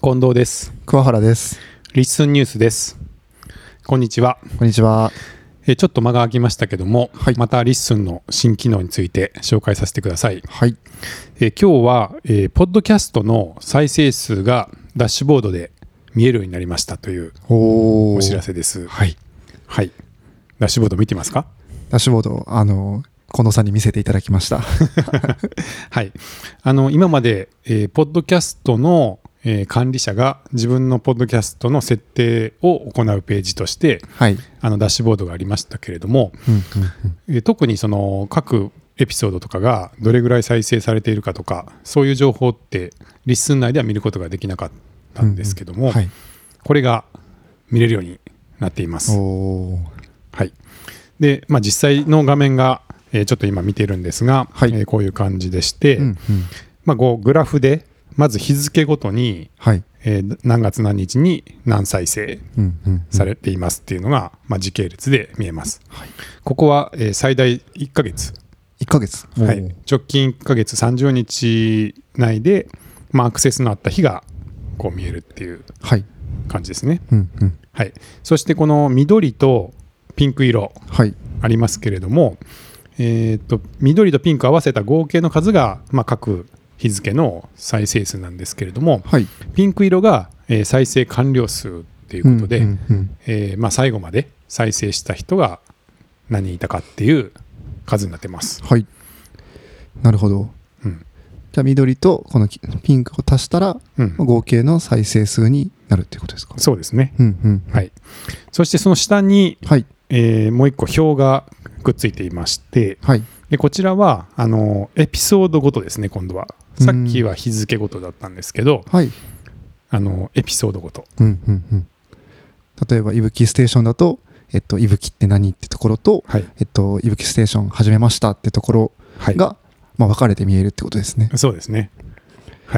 近藤です。 桑原です。 リッスンニュースです。こんにちは。 こんにちは。 ちょっと間が空きましたけども、 はい、 またリッスンの新機能について紹介させてください。 はい。 今日は、ポッドキャストの再生数がダッシュボードで見えるようになりましたというお知らせです。 はい。 はい。ダッシュボード見てますか？ ダッシュボード、近藤さんに見せていただきました。 はい。今まで、ポッドキャストの管理者が自分のポッドキャストの設定を行うページとして、 はい、 ダッシュボードがありましたけれども、特にその各エピソードとかがどれぐらい再生されているかとか、そういう情報ってリッスン内では見ることができなかったんですけども、はい、これが見れるようになっています。はい。で、実際の画面がちょっと今見てるんですが、はい、こういう感じでして、グラフでまず日付ごとに、はい、何月何日に何再生されていますっていうのが、時系列で見えます。はい、ここは、最大1ヶ月。 1ヶ月、 はい、直近1ヶ月30日内で、アクセスのあった日がこう見えるっていう感じですね。はい、そしてこの緑とピンク色ありますけれども、緑とピンク合わせた合計の数が、各日付の再生数なんですけれども、はい、ピンク色が、再生完了数ということで、最後まで再生した人が何人いたかっていう数になってます。 はい。なるほど。じゃあ緑とこのピンクを足したら、合計の再生数になるっていうことですか？ そうですね。はい。そしてその下に、はい、もう一個表がくっついていまして、はい、でこちらはエピソードごとですね。今度はさっきは日付ごとだったんですけど、はい、エピソードごと、 例えばいぶきステーションだといぶきって何ってところと、はい、いぶきステーション始めましたってところが、はい、分かれて見えるってことですね。 そうですね。はい。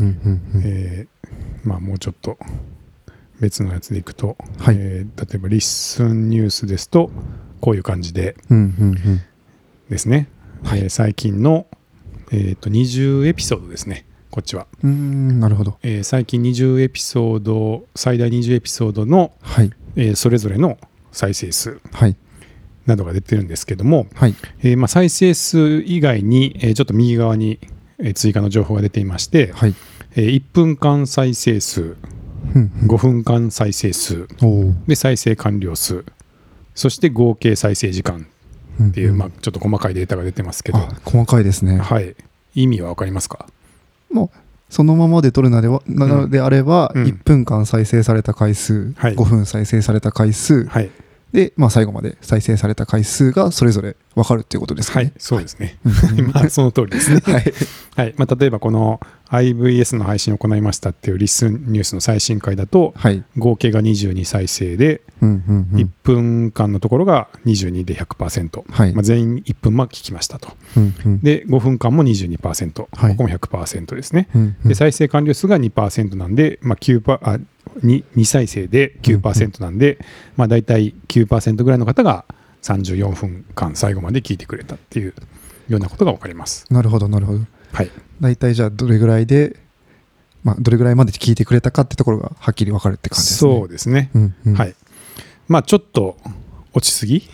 もうちょっと別のやつでいくと、はい、例えばリッスンニュースですとこういう感じでですね、はい、最近の、20エピソードですね。こっちはなるほど。 最近20エピソード最大20エピソードの、はい、それぞれの再生数などが出てるんですけども、はい、再生数以外に、ちょっと右側に追加の情報が出ていまして、はい、1分間再生数、5分間再生数で再生完了数、そして合計再生時間っていう、ちょっと細かいデータが出てますけど、 細かいですね。 はい、意味は分かりますか？ もうそのままで取るのであれば、1分間再生された回数、5分再生された回数、はい、で、最後まで再生された回数がそれぞれ分かるっていうことですかね。 はい、そうですね。その通りですね。はいはい。例えばこの IVS の配信を行いましたっていうリッスンニュースの最新回だと、はい、合計が22再生で、1分間のところが22で 100%、はい、全員1分聞きましたと。で、5分間も 22%、はい、ここも 100% ですね。で、再生完了数が 2% なんで、2再生で 9% なんで、だいたい 9% ぐらいの方が34分間最後まで聞いてくれたっていうようなことが分かります。 なるほどなるほど。はい、だいたいじゃあどれぐらいで、どれぐらいまで聞いてくれたかってところがはっきり分かるって感じですね。 そうですね。はい。ちょっと落ちすぎ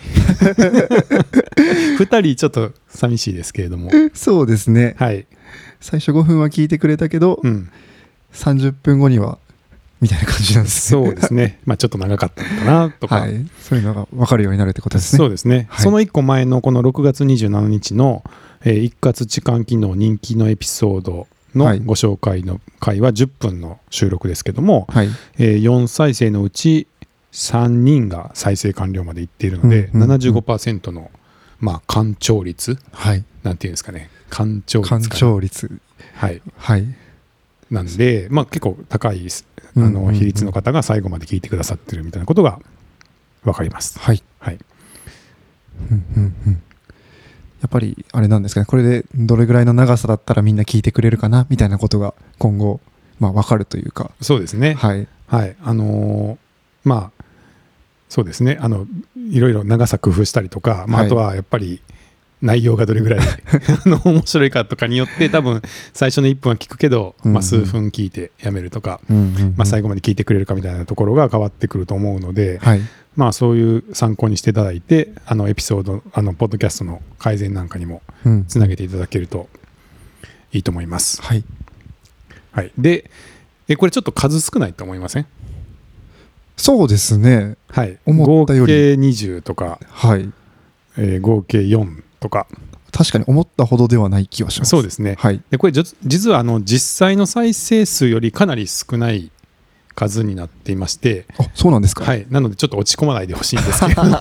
2人ちょっと寂しいですけれども。 そうですね。はい。最初5分は聞いてくれたけど、30分後にはみたいな感じなんですね。そうですね。ちょっと長かったのかなとか、 はい、そういうのが分かるようになるってことですね。 そうですね。はい、その1個前のこの6月27日の一括置換機能人気のエピソードのご紹介の回は10分の収録ですけども、はい、4再生のうち3人が再生完了までいっているので、75% の完聴率、はい、なんていうんですかね、完聴率、はい、はい、なんで、結構高い比率の方が最後まで聞いてくださってるみたいなことが分かります。はい、はい。 やっぱりあれなんですかね、これでどれぐらいの長さだったらみんな聞いてくれるかなみたいなことが今後分かるというか。 そうですね。はい、はい。そうですね。いろいろ長さ工夫したりとか、あとはやっぱり内容がどれぐらい面白いかとかによって多分最初の1分は聞くけど、数分聞いてやめるとか、最後まで聞いてくれるかみたいなところが変わってくると思うので、そういう参考にしていただいてエピソードポッドキャストの改善なんかにもつなげていただけるといいと思います。でこれちょっと数少ないと思いません？ そうですね、 思ったより合計20とか、合計4とか、 確かに思ったほどではない気はします。 そうですね、でこれ実は実際の再生数よりかなり少ない数になっていまして。 そうなんですか？ なのでちょっと落ち込まないでほしいんですけれども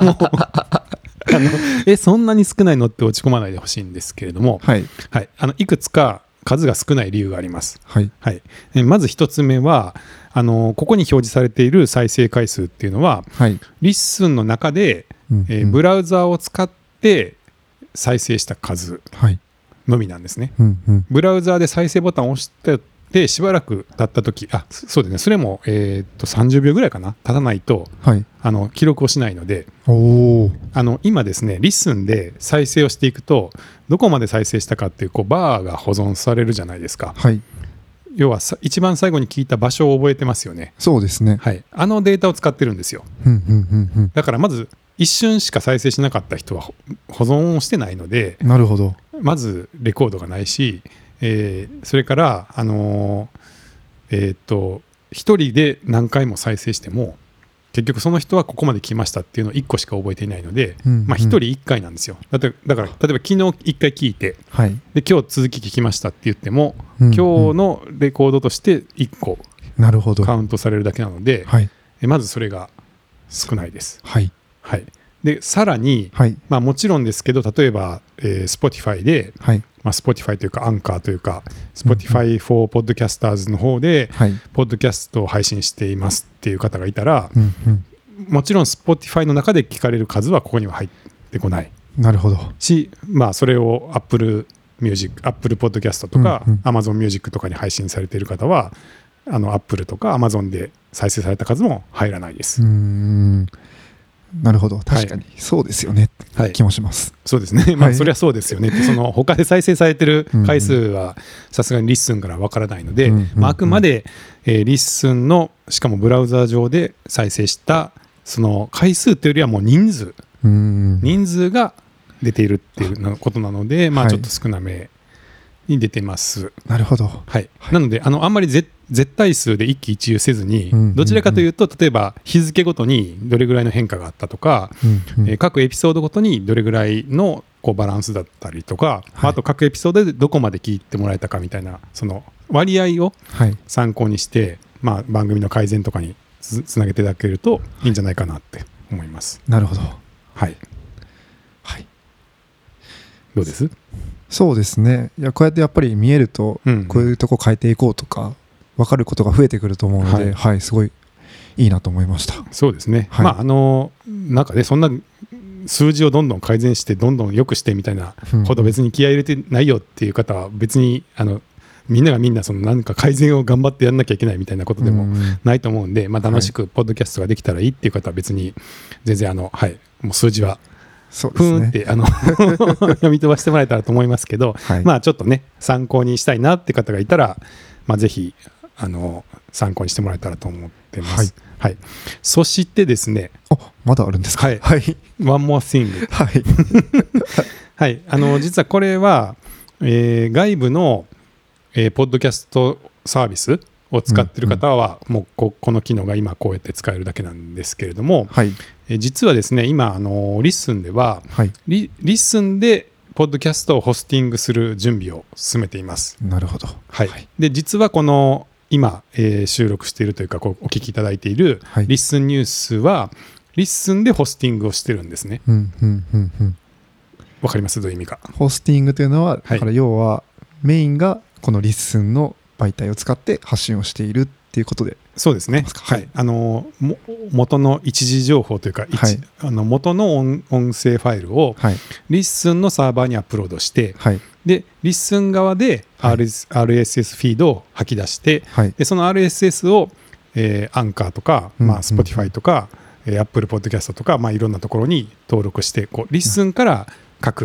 そんなに少ないのって落ち込まないでほしいんですけれども、いくつか数が少ない理由があります。まず一つ目はここに表示されている再生回数っていうのは、リッスンの中で、ブラウザーを使って再生した数のみなんですね。ブラウザーで再生ボタンを押してしばらく経った時、そうですね、それも、30秒ぐらいかな、経たないと、記録をしないので、今ですねリッスンで再生をしていくとどこまで再生したかっていう、バーが保存されるじゃないですか。要は一番最後に聞いた場所を覚えてますよね。 そうですね、 データを使ってるんですよ。だからまず一瞬しか再生しなかった人は保存をしてないので、 なるほど、 まずレコードがないし、それから一人で何回も再生しても結局その人はここまで来ましたっていうのを1個しか覚えていないので、1人1回なんですよ。だから例えば昨日1回聞いて、で今日続き聞きましたって言っても、今日のレコードとして1個カウントされるだけなので、まずそれが少ないです。でさらに、もちろんですけど、例えば、Spotify で、Spotify というかアンカーというか Spotify for Podcasters の方で、ポッドキャストを配信していますっていう方がいたら、もちろん Spotify の中で聞かれる数はここには入ってこない。 なるほど。 し、それを Apple Podcast とか、Amazon Music とかに配信されている方はApple とか Amazon で再生された数も入らないです。 なるほど、確かにそうですよねって気もします。 そうですね、そりゃそうですよねって、その他で再生されてる回数はさすがにリッスンからわからないので、あくまで、リッスンのしかもブラウザー上で再生したその回数というよりはもう人数が出ているっていうことなので、ちょっと少なめに出てます。 なるほど。 なのであんまり絶対数で一喜一憂せずに、どちらかというと例えば日付ごとにどれぐらいの変化があったとか、各エピソードごとにどれぐらいのバランスだったりとか、あと各エピソードでどこまで聞いてもらえたかみたいなその割合を参考にして、番組の改善とかにつなげていただけるといいんじゃないかなって思います。 なるほど。 どうです？ そうですね、こうやってやっぱり見えると、こういうとこ変えていこうとか分かることが増えてくると思うので、すごいいいなと思いました。 そうですね、なんかね、そんな数字をどんどん改善してどんどん良くしてみたいなほど別に気合い入れてないよっていう方は別にみんながみんなそのなんか改善を頑張ってやんなきゃいけないみたいなことでもないと思うんで、楽しくポッドキャストができたらいいっていう方は別に全然もう数字はふーんって読み飛ばしてもらえたらと思いますけど、ちょっとね参考にしたいなって方がいたら、ぜひ参考にしてもらえたらと思ってます。そしてですね、 まだあるんですか？ One more thing 実はこれは、外部の、ポッドキャストサービスを使っている方は、もうこの機能が今こうやって使えるだけなんですけれども、実はですね今リッスンでは、リッスンでポッドキャストをホスティングする準備を進めています。 なるほど。 で実はこの今、収録しているというかお聞きいただいているリッスンニュースはリッスンでホスティングをしてるんですね。わかります？どういう意味か。 ホスティングというのは、だから要はメインがこのリッスンの媒体を使って発信をしているっていうことで。 そうですね、元の一時情報というか、元の音声ファイルをリッスンのサーバーにアップロードして、でリッスン側で RSS フィードを吐き出して、でその RSS を、アンカーとか、Spotify とか、Apple Podcast とか、いろんなところに登録してリッスンから各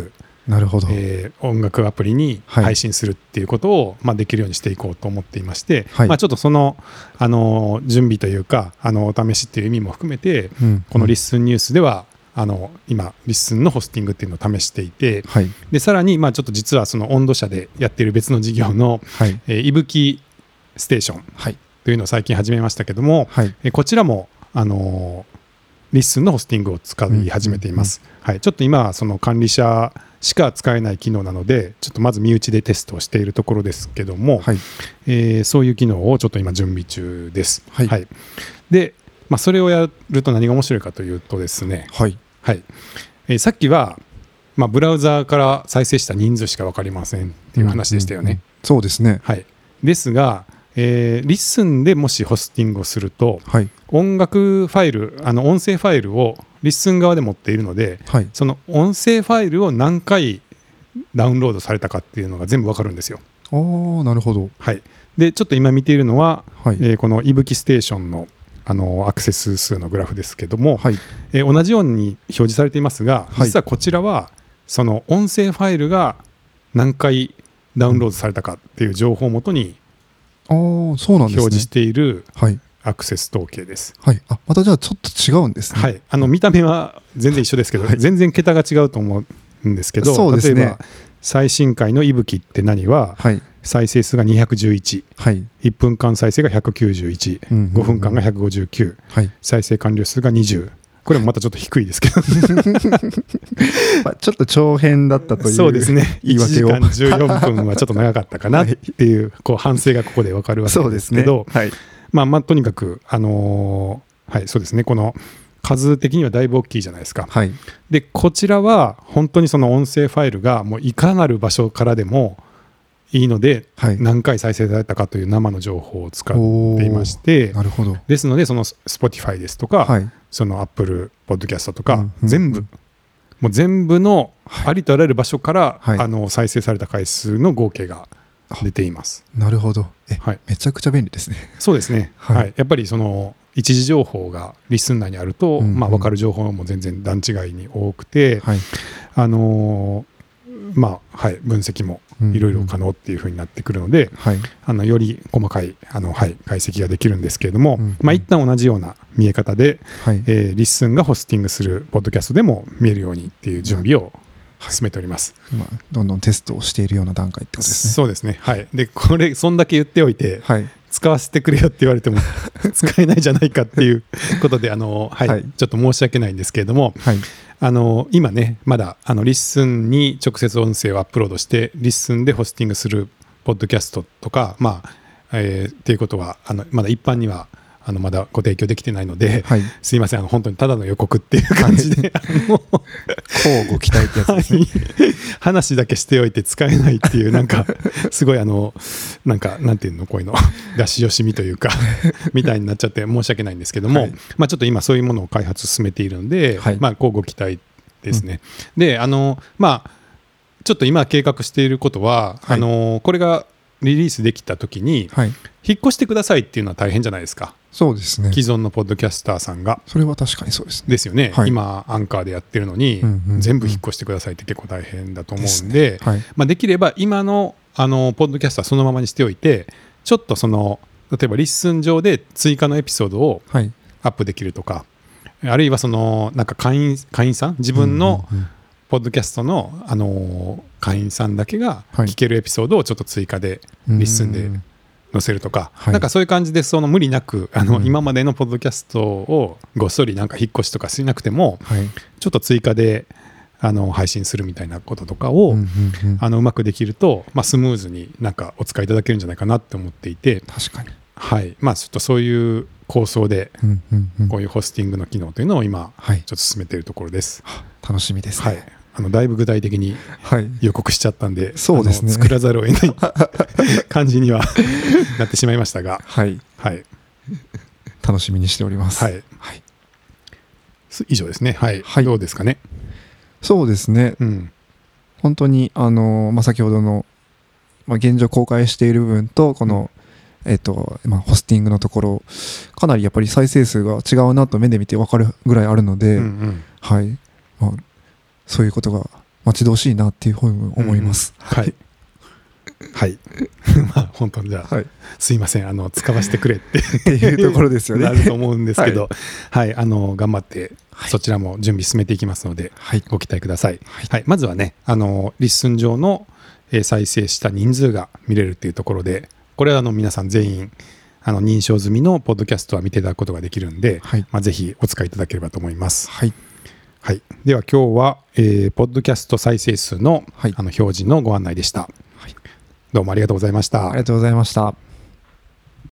なるほど、 音楽アプリに配信するっていうことを、できるようにしていこうと思っていまして、ちょっとその、準備というかお試しっていう意味も含めて、このリッスンニュースでは今リッスンのホスティングっていうのを試していて、でさらにちょっと実はその温度社でやっている別の事業の、いぶきステーションというのを最近始めましたけども、こちらもリッスンのホスティングを使い始めています。ちょっと今はその管理者しか使えない機能なので、ちょっとまず身内でテストをしているところですけども、そういう機能をちょっと今準備中です。で、それをやると何が面白いかというとですね、さっきは、ブラウザーから再生した人数しか分かりませんっていう話でしたよね。 そうですね。 ですが、リッスンでもしホスティングをすると、音楽ファイル、音声ファイルをリッスン側で持っているので、その音声ファイルを何回ダウンロードされたかっていうのが全部分かるんですよ。 なるほど。 でちょっと今見ているのは、このいぶきステーションのアクセス数のグラフですけども、同じように表示されていますが、実はこちらはその音声ファイルが何回ダウンロードされたかっていう情報をもとに表示しているアクセス統計です。 またじゃあちょっと違うんですね。 見た目は全然一緒ですけど、全然桁が違うと思うんですけど、例えば最新回のいぶきって何は、再生数が211、1分間再生が191、5分間が159、再生完了数が20。これもまたちょっと低いですけどちょっと長編だったというそうですね、1時間14分はちょっと長かったかなっていう反省がここで分かるわけですけど、とにかくそうですね、この数的にはだいぶ大きいじゃないですか。でこちらは本当にその音声ファイルがもういかなる場所からでもいいので、何回再生されたかという生の情報を使っていまして、ですのでその Spotify ですとか、その Apple Podcast とか、全部のありとあらゆる場所から、再生された回数の合計が出ています。 なるほど。めちゃくちゃ便利ですね。 そうですね。やっぱりその一時情報がリスン内にあると、分かる情報も全然段違いに多くて、分析もいろいろ可能っていう風になってくるので、より細かい解析ができるんですけれども、一旦同じような見え方で、リッスンがホスティングするポッドキャストでも見えるようにっていう準備を進めております。 どんどんテストをしているような段階ってことですね。 そうですね。でこれそんだけ言っておいて、使わせてくれよって言われても使えないじゃないかっていうことでちょっと申し訳ないんですけれども、今ねまだリッスンに直接音声をアップロードしてリッスンでホスティングするポッドキャストとかっていうことはまだ一般にはまだご提供できてないので、すいません本当にただの予告っていう感じでこうご期待ってやつですね。 話だけしておいて使えないっていうなんかすごいなんていうのこういうの出し惜しみというかみたいになっちゃって申し訳ないんですけども、ちょっと今そういうものを開発進めているので、こうご期待ですね。でちょっと今計画していることは、これがリリースできた時に、引っ越してくださいっていうのは大変じゃないですか。 そうですね。 既存のポッドキャスターさんが。 それは確かにそうですね。 ですよね。今アンカーでやってるのに、全部引っ越してくださいって結構大変だと思うんで、できれば今のポッドキャスターそのままにしておいて、ちょっと例えばリッスン上で追加のエピソードをアップできるとか、あるいはなんか会員さん自分のポッドキャストの、会員さんだけが聞けるエピソードをちょっと追加でリッスンで載せるとか、なんかそういう感じで無理なく今までのポッドキャストをごっそりなんか引っ越しとかしなくても、ちょっと追加で配信するみたいなこととかをうまくできると、スムーズになんかお使いいただけるんじゃないかなって思っていて、 確かにちょっとそういう構想でこういうホスティングの機能というのを今ちょっと進めているところです。 楽しみですね。 だいぶ具体的に予告しちゃったんで、 そうですね、 作らざるを得ない感じにはなってしまいましたが、 楽しみにしております。 以上ですね。どうですかね。 そうですね、本当に先ほどの、現状公開している部分とこの、ホスティングのところかなりやっぱり再生数が違うなと目で見て分かるぐらいあるので、そういうことが待ち遠しいなっていうふうに思います。 はいはいまあ本当にじゃあ、はい、すいません使わせてくれっていうところですよねなると思うんですけど、はい、頑張ってそちらも準備進めていきますので、はい、ご期待ください、はいはい、まずはねリッスン上の再生した人数が見れるっていうところで、これは皆さん全員認証済みのポッドキャストは見ていただくことができるんで、はい、ぜひお使いいただければと思います。はいはい、では今日は、ポッドキャスト再生数の、表示のご案内でした。はい、どうもありがとうございました。 ありがとうございました。